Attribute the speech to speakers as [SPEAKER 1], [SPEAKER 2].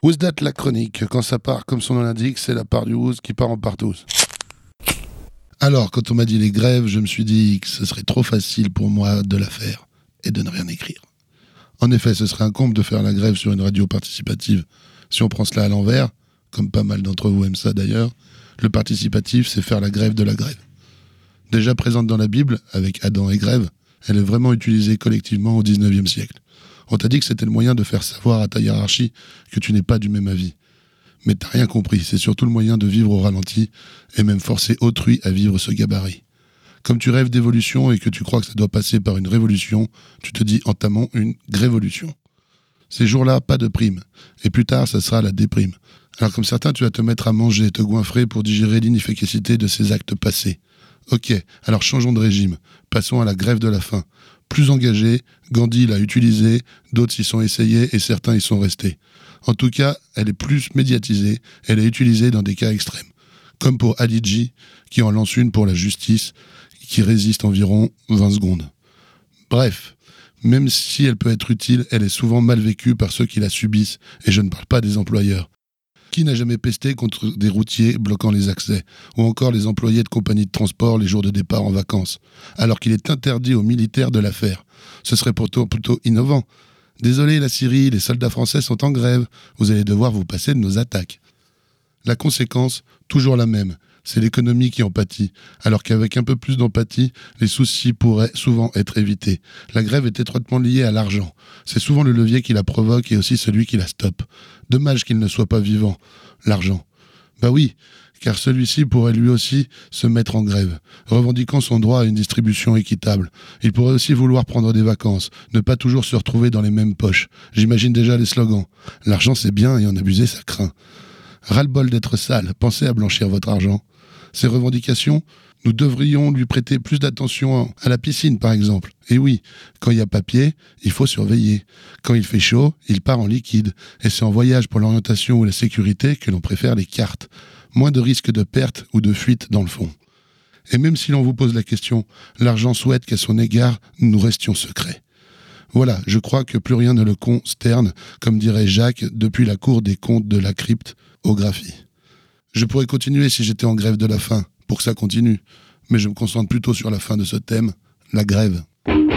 [SPEAKER 1] Who's That, la chronique. Quand ça part, comme son nom l'indique, c'est la part du Who's qui part en partouze. Alors, quand on m'a dit les grèves, je me suis dit que ce serait trop facile pour moi de la faire et de ne rien écrire. En effet, ce serait un comble de faire la grève sur une radio participative. Si on prend cela à l'envers, comme pas mal d'entre vous aiment ça d'ailleurs, le participatif, c'est faire la grève de la grève. Déjà présente dans la Bible, avec Adam et Grève, elle est vraiment utilisée collectivement au XIXe siècle. On t'a dit que c'était le moyen de faire savoir à ta hiérarchie que tu n'es pas du même avis. Mais t'as rien compris, c'est surtout le moyen de vivre au ralenti et même forcer autrui à vivre ce gabarit. Comme tu rêves d'évolution et que tu crois que ça doit passer par une révolution, tu te dis entamons une grévolution. Ces jours-là, pas de prime. Et plus tard, ça sera la déprime. Alors comme certains, tu vas te mettre à manger et te goinfrer pour digérer l'inefficacité de ces actes passés. Ok, alors changeons de régime. Passons à la grève de la faim. Plus engagée, Gandhi l'a utilisée, d'autres s'y sont essayés et certains y sont restés. En tout cas, elle est plus médiatisée, elle est utilisée dans des cas extrêmes. Comme pour Ali G, qui en lance une pour la justice, qui résiste environ 20 secondes. Bref, même si elle peut être utile, elle est souvent mal vécue par ceux qui la subissent, et je ne parle pas des employeurs. Qui n'a jamais pesté contre des routiers bloquant les accès, ou encore les employés de compagnies de transport les jours de départ en vacances, alors qu'il est interdit aux militaires de la faire? Ce serait plutôt innovant. Désolé la Syrie, les soldats français sont en grève, vous allez devoir vous passer de nos attaques. La conséquence, toujours la même, c'est l'économie qui en pâtit, alors qu'avec un peu plus d'empathie, les soucis pourraient souvent être évités. La grève est étroitement liée à l'argent. C'est souvent le levier qui la provoque et aussi celui qui la stoppe. Dommage qu'il ne soit pas vivant, l'argent. Bah oui, car celui-ci pourrait lui aussi se mettre en grève, revendiquant son droit à une distribution équitable. Il pourrait aussi vouloir prendre des vacances, ne pas toujours se retrouver dans les mêmes poches. J'imagine déjà les slogans. L'argent c'est bien et en abuser ça craint. Ras-le-bol d'être sale, pensez à blanchir votre argent. Ces revendications, nous devrions lui prêter plus d'attention à la piscine, par exemple. Et oui, quand il y a papier, il faut surveiller. Quand il fait chaud, il part en liquide. Et c'est en voyage pour l'orientation ou la sécurité que l'on préfère les cartes. Moins de risques de perte ou de fuite dans le fond. Et même si l'on vous pose la question, l'argent souhaite qu'à son égard, nous restions secrets. Voilà, je crois que plus rien ne le consterne, comme dirait Jacques, depuis la cour des comptes de la crypte au graphie. Je pourrais continuer si j'étais en grève de la faim, pour que ça continue, mais je me concentre plutôt sur la fin de ce thème, la grève.